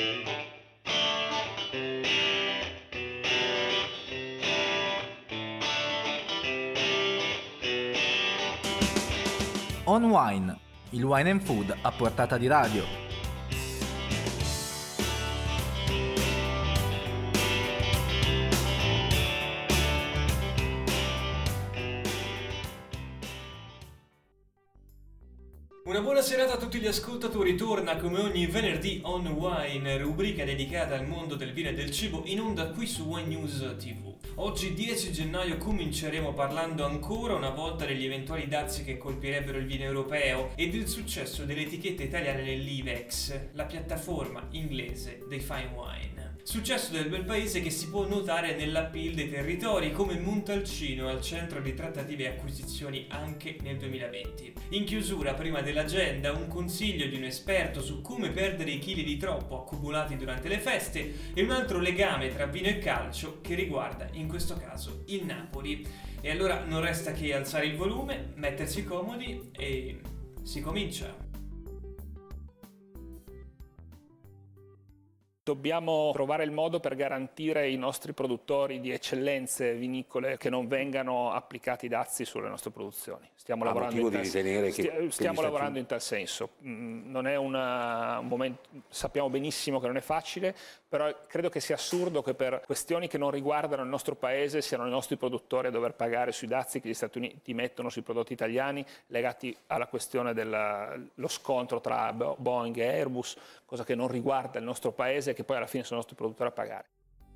On Wine, il wine and food a portata di radio. Una buona serata a tutti gli ascoltatori, torna come ogni venerdì On Wine, rubrica dedicata al mondo del vino e del cibo in onda qui su Wine News TV. Oggi 10 gennaio cominceremo parlando ancora una volta degli eventuali dazi che colpirebbero il vino europeo e del successo delle etichette italiane nell'Ivex, la piattaforma inglese dei fine wine. Successo del bel paese che si può notare nell'appeal dei territori come Montalcino al centro di trattative e acquisizioni anche nel 2020. In chiusura, prima dell'agenda, un consiglio di un esperto su come perdere i chili di troppo accumulati durante le feste e un altro legame tra vino e calcio che riguarda in questo caso il Napoli. E allora non resta che alzare il volume, mettersi comodi e si comincia. Dobbiamo trovare il modo per garantire ai nostri produttori di eccellenze vinicole che non vengano applicati dazi sulle nostre produzioni. Stiamo lavorando in tal senso. Non è un momento, sappiamo benissimo che non è facile, però credo che sia assurdo che per questioni che non riguardano il nostro paese siano i nostri produttori a dover pagare sui dazi che gli Stati Uniti mettono sui prodotti italiani legati alla questione dello scontro tra Boeing e Airbus, cosa che non riguarda il nostro paese e che poi alla fine sono i nostri produttori a pagare.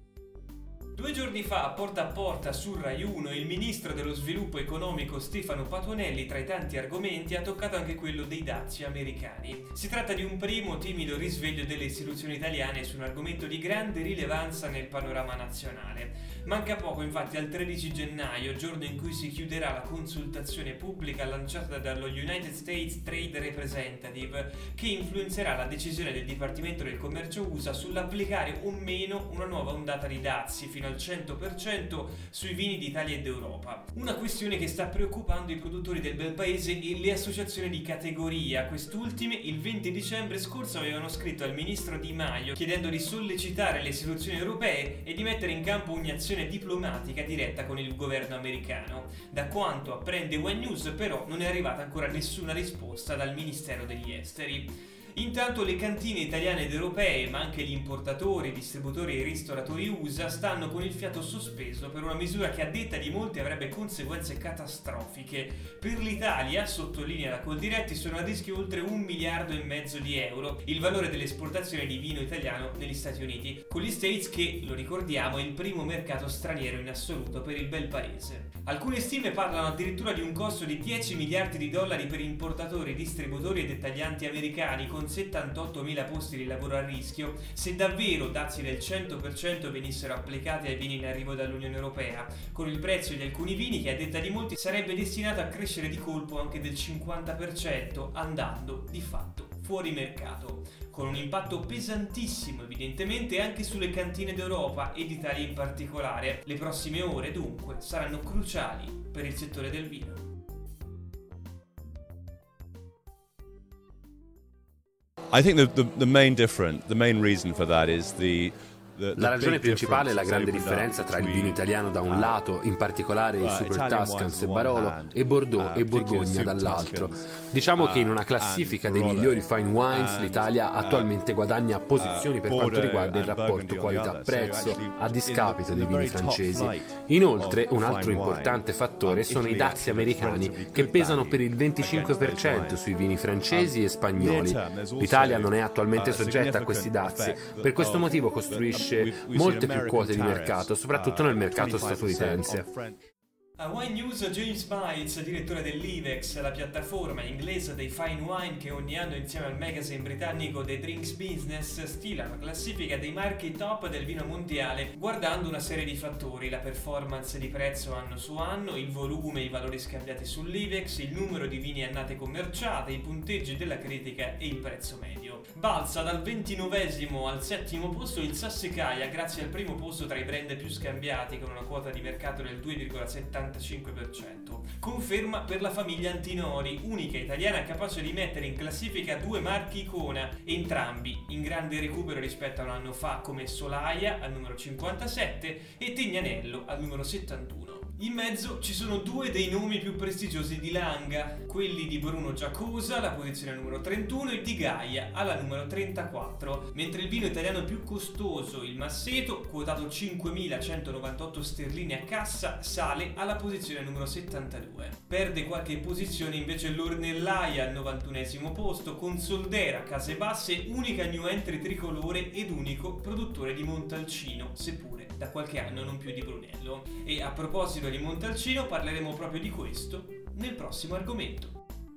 2 giorni fa, a porta su Rai 1, il ministro dello sviluppo economico Stefano Patuanelli, tra i tanti argomenti, ha toccato anche quello dei dazi americani. Si tratta di un primo timido risveglio delle istituzioni italiane su un argomento di grande rilevanza nel panorama nazionale. Manca poco, infatti, al 13 gennaio, giorno in cui si chiuderà la consultazione pubblica lanciata dallo United States Trade Representative, che influenzerà la decisione del Dipartimento del Commercio USA sull'applicare o meno una nuova ondata di dazi fino al 100% sui vini d'Italia ed Europa. Una questione che sta preoccupando i produttori del bel paese e le associazioni di categoria. Quest'ultime il 20 dicembre scorso avevano scritto al ministro Di Maio chiedendo di sollecitare le istituzioni europee e di mettere in campo ogni azione diplomatica diretta con il governo americano. Da quanto apprende One News, però, non è arrivata ancora nessuna risposta dal Ministero degli Esteri. Intanto le cantine italiane ed europee, ma anche gli importatori, distributori e ristoratori USA stanno con il fiato sospeso per una misura che a detta di molti avrebbe conseguenze catastrofiche. Per l'Italia, sottolinea la Coldiretti, sono a rischio oltre 1,5 miliardi di euro, il valore delle esportazioni di vino italiano negli Stati Uniti, con gli States che, lo ricordiamo, è il primo mercato straniero in assoluto per il bel paese. Alcune stime parlano addirittura di un costo di 10 miliardi di dollari per importatori, distributori e dettaglianti americani, con 78.000 posti di lavoro a rischio, se davvero dazi del 100% venissero applicati ai vini in arrivo dall'Unione Europea, con il prezzo di alcuni vini che a detta di molti sarebbe destinato a crescere di colpo anche del 50%, andando di fatto fuori mercato, con un impatto pesantissimo evidentemente anche sulle cantine d'Europa e d'Italia in particolare. Le prossime ore dunque saranno cruciali per il settore del vino. I think the main reason for that is La ragione principale è la grande differenza tra il vino italiano da un lato, in particolare il Super Tuscans e Barolo, e Bordeaux e Borgogna dall'altro. Diciamo che in una classifica dei migliori fine wines l'Italia attualmente guadagna posizioni per quanto riguarda il rapporto qualità-prezzo, a discapito dei vini francesi. Inoltre, un altro importante fattore sono i dazi americani, che pesano per il 25% sui vini francesi e spagnoli. L'Italia non è attualmente soggetta a questi dazi, per questo motivo costruisce molte più quote di mercato, soprattutto nel mercato statunitense. A Wine News, James Bites, direttore dell'Ivex, la piattaforma inglese dei fine wine che ogni anno insieme al magazine britannico The Drinks Business stila la classifica dei marchi top del vino mondiale guardando una serie di fattori: la performance di prezzo anno su anno, il volume e i valori scambiati sull'Ivex, il numero di vini annate commerciate, i punteggi della critica e il prezzo medio. Balza dal 29esimo al 7° posto il Sassicaia grazie al primo posto tra i brand più scambiati con una quota di mercato del 2,75%. Conferma per la famiglia Antinori, unica italiana capace di mettere in classifica 2 marchi icona, entrambi in grande recupero rispetto a un anno fa, come Solaia al numero 57 e Tignanello al numero 71. In mezzo ci sono 2 dei nomi più prestigiosi di Langa, quelli di Bruno Giacosa alla posizione numero 31 e di Gaia alla numero 34, mentre il vino italiano più costoso, il Masseto, quotato 5.198 sterline a cassa, sale alla posizione numero 72. Perde qualche posizione invece l'Ornellaia al 91esimo posto, con Soldera Case Basse, unica new entry tricolore ed unico produttore di Montalcino, seppure da qualche anno non più di Brunello. E a proposito di Montalcino parleremo proprio di questo nel prossimo argomento.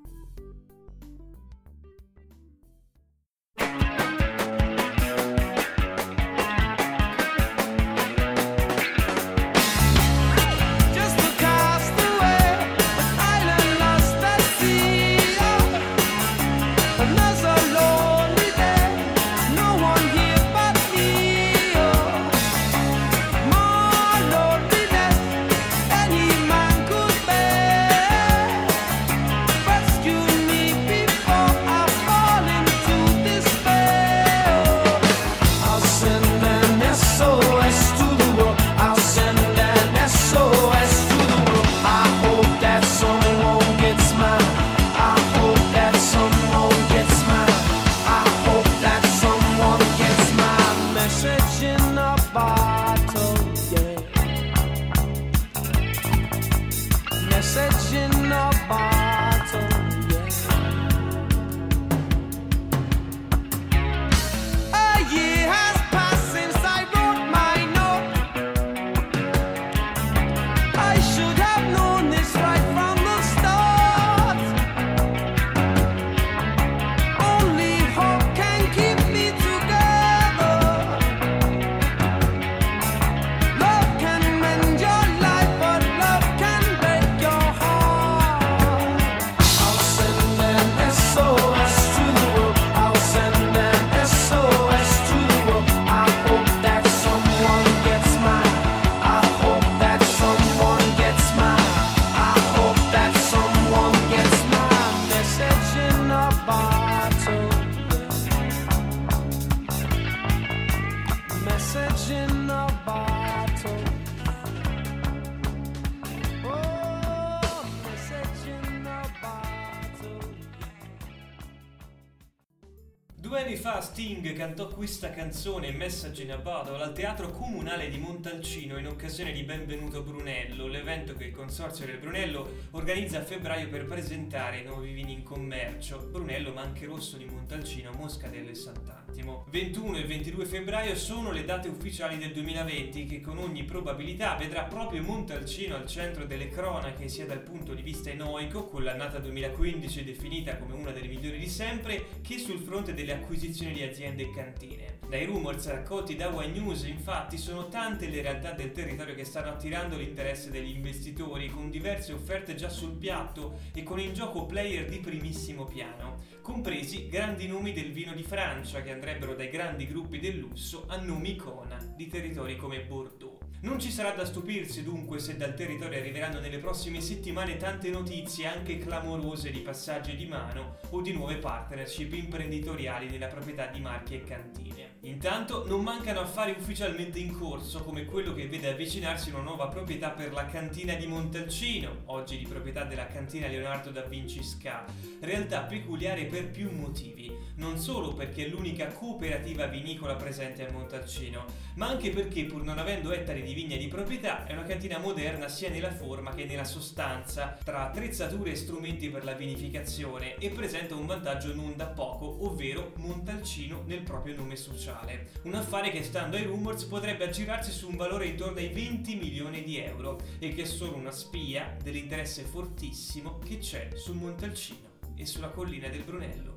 Sting cantò questa canzone, Message in a Bottle, al Teatro Comunale di Montalcino in occasione di Benvenuto Brunello, l'evento che il Consorzio del Brunello organizza a febbraio per presentare i nuovi vini in commercio. Brunello, ma anche Rosso di Montalcino, Moscatello e Sant'Antimo. 21 e 22 febbraio sono le date ufficiali del 2020 che con ogni probabilità vedrà proprio Montalcino al centro delle cronache sia dal punto di vista enoico, con l'annata 2015 definita come una delle migliori di sempre, che sul fronte delle acquisizioni di aziende e cantine. Dai rumors raccolti da Wine News, infatti, sono tante le realtà del territorio che stanno attirando l'interesse degli investitori, con diverse offerte già sul piatto e con in gioco player di primissimo piano, compresi grandi nomi del vino di Francia che andrebbero dai grandi gruppi del lusso a nomi icona di territori come Bordeaux. Non ci sarà da stupirsi dunque se dal territorio arriveranno nelle prossime settimane tante notizie anche clamorose di passaggi di mano o di nuove partnership imprenditoriali nella proprietà di marchi e cantine. Intanto non mancano affari ufficialmente in corso, come quello che vede avvicinarsi una nuova proprietà per la cantina di Montalcino, oggi di proprietà della cantina Leonardo da Vinci SCA, realtà peculiare per più motivi, non solo perché è l'unica cooperativa vinicola presente a Montalcino, ma anche perché, pur non avendo ettari di vigna di proprietà, è una cantina moderna sia nella forma che nella sostanza, tra attrezzature e strumenti per la vinificazione, e presenta un vantaggio non da poco, ovvero Montalcino nel proprio nome sociale. Un affare che, stando ai rumors, potrebbe aggirarsi su un valore intorno ai 20 milioni di euro e che è solo una spia dell'interesse fortissimo che c'è su Montalcino e sulla collina del Brunello.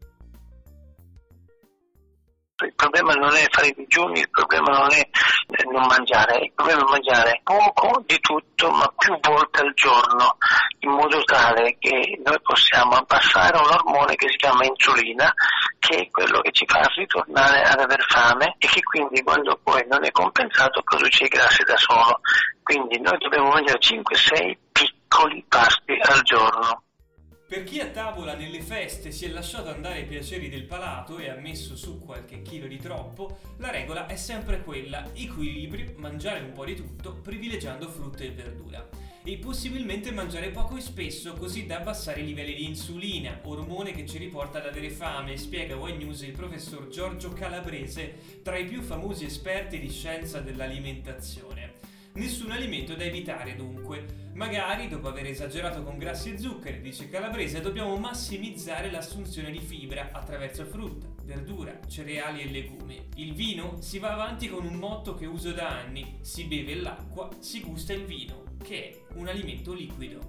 Il problema non è fare i digiuni, il problema non è non mangiare, dobbiamo mangiare poco di tutto ma più volte al giorno, in modo tale che noi possiamo abbassare un ormone che si chiama insulina, che è quello che ci fa ritornare ad aver fame e che quindi quando poi non è compensato produce i grassi da solo. Quindi noi dobbiamo mangiare 5-6 piccoli pasti al giorno. Per chi a tavola nelle feste si è lasciato andare ai piaceri del palato e ha messo su qualche chilo di troppo, la regola è sempre quella: equilibrio, mangiare un po' di tutto, privilegiando frutta e verdura. E possibilmente mangiare poco e spesso, così da abbassare i livelli di insulina, ormone che ci riporta ad avere fame, spiega Wine News il professor Giorgio Calabrese, tra i più famosi esperti di scienza dell'alimentazione. Nessun alimento da evitare dunque. Magari, dopo aver esagerato con grassi e zuccheri, dice Calabrese, dobbiamo massimizzare l'assunzione di fibra attraverso frutta, verdura, cereali e legumi. Il vino? Si va avanti con un motto che uso da anni: si beve l'acqua, si gusta il vino, che è un alimento liquido.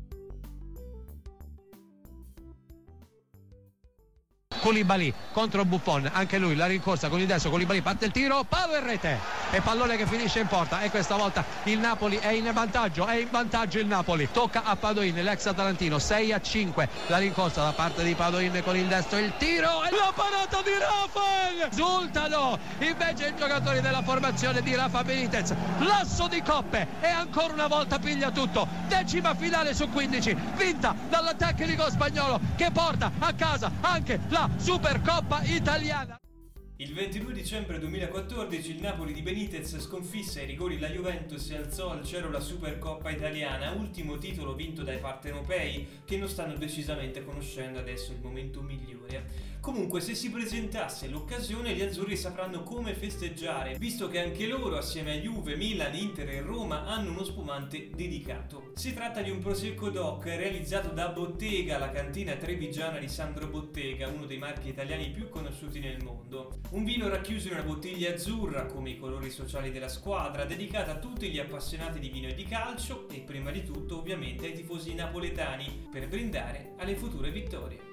Koulibaly contro Buffon, anche lui la rincorsa con il destro, Koulibaly parte il tiro, palo e rete, e pallone che finisce in porta, e questa volta il Napoli è in vantaggio il Napoli, tocca a Padoin, l'ex atalantino, 6-5, la rincorsa da parte di Padoin con il destro, il tiro e la parata di Rafael, esultano invece i giocatori della formazione di Rafa Benitez, l'asso di coppe e ancora una volta piglia tutto, 10ª finale su 15 vinta dal tecnico spagnolo che porta a casa anche la Supercoppa italiana. Il 22 dicembre 2014 il Napoli di Benitez sconfisse ai rigori la Juventus e alzò al cielo la Supercoppa italiana, ultimo titolo vinto dai partenopei che non stanno decisamente conoscendo adesso il momento migliore. Comunque, se si presentasse l'occasione, gli azzurri sapranno come festeggiare, visto che anche loro, assieme a Juve, Milan, Inter e Roma, hanno uno spumante dedicato. Si tratta di un Prosecco DOC realizzato da Bottega, la cantina trevigiana di Sandro Bottega, uno dei marchi italiani più conosciuti nel mondo. Un vino racchiuso in una bottiglia azzurra, come i colori sociali della squadra, dedicata a tutti gli appassionati di vino e di calcio e prima di tutto ovviamente ai tifosi napoletani, per brindare alle future vittorie.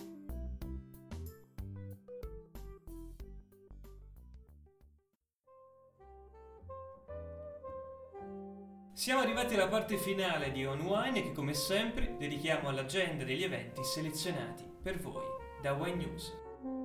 Siamo arrivati alla parte finale di On Wine che, come sempre, dedichiamo all'agenda degli eventi selezionati per voi da Wine News.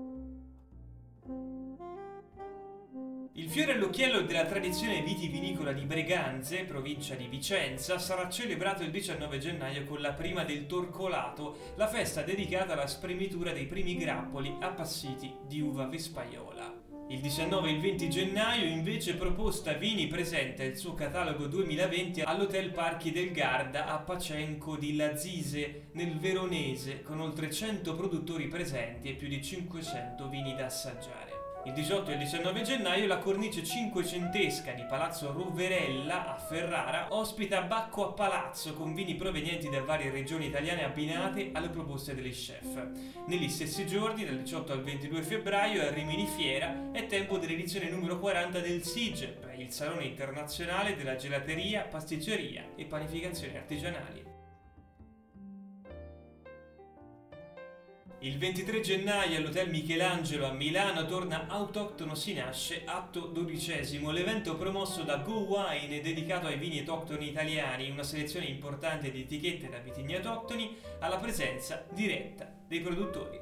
Il fiore all'occhiello della tradizione vitivinicola di Breganze, provincia di Vicenza, sarà celebrato il 19 gennaio con la prima del Torcolato, la festa dedicata alla spremitura dei primi grappoli appassiti di uva vespaiola. Il 19 e il 20 gennaio invece Proposta Vini presenta il suo catalogo 2020 all'Hotel Parchi del Garda a Pacenco di Lazise, nel Veronese, con oltre 100 produttori presenti e più di 500 vini da assaggiare. Il 18 e il 19 gennaio la cornice cinquecentesca di Palazzo Roverella a Ferrara ospita Bacco a Palazzo con vini provenienti da varie regioni italiane abbinate alle proposte degli chef. Negli stessi giorni, dal 18 al 22 febbraio, a Rimini Fiera è tempo dell'edizione numero 40 del SIGEP, il Salone Internazionale della Gelateria, Pasticceria e Panificazione Artigianali. Il 23 gennaio all'Hotel Michelangelo a Milano torna Autoctono si nasce, atto 12°, l'evento promosso da Go Wine dedicato ai vini autoctoni italiani, una selezione importante di etichette da vitigni autoctoni alla presenza diretta dei produttori.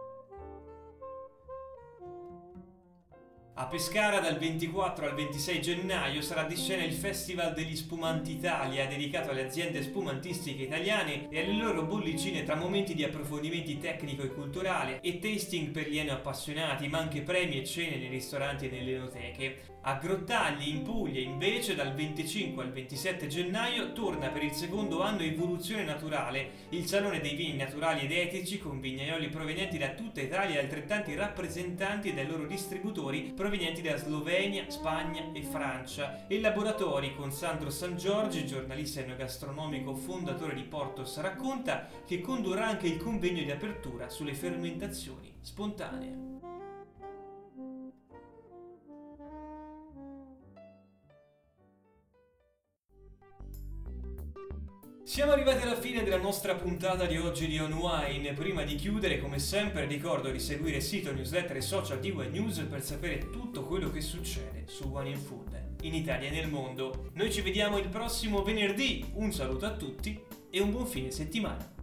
A Pescara dal 24 al 26 gennaio sarà di scena il Festival degli Spumanti Italia, dedicato alle aziende spumantistiche italiane e alle loro bollicine, tra momenti di approfondimenti tecnico e culturale e tasting per gli eno appassionati, ma anche premi e cene nei ristoranti e nelle enoteche. A Grottagli, in Puglia, invece, dal 25 al 27 gennaio torna per il secondo anno Evoluzione Naturale, il salone dei vini naturali ed etici con vignaioli provenienti da tutta Italia e altrettanti rappresentanti dai loro distributori provenienti da Slovenia, Spagna e Francia, e laboratori con Sandro San Giorgi, giornalista enogastronomico fondatore di Portos Racconta, che condurrà anche il convegno di apertura sulle fermentazioni spontanee. Siamo arrivati alla fine della nostra puntata di oggi di On Wine. Prima di chiudere, come sempre, ricordo di seguire il sito, newsletter e social di Wine News per sapere tutto quello che succede su Wine and Food, in Italia e nel mondo. Noi ci vediamo il prossimo venerdì. Un saluto a tutti e un buon fine settimana.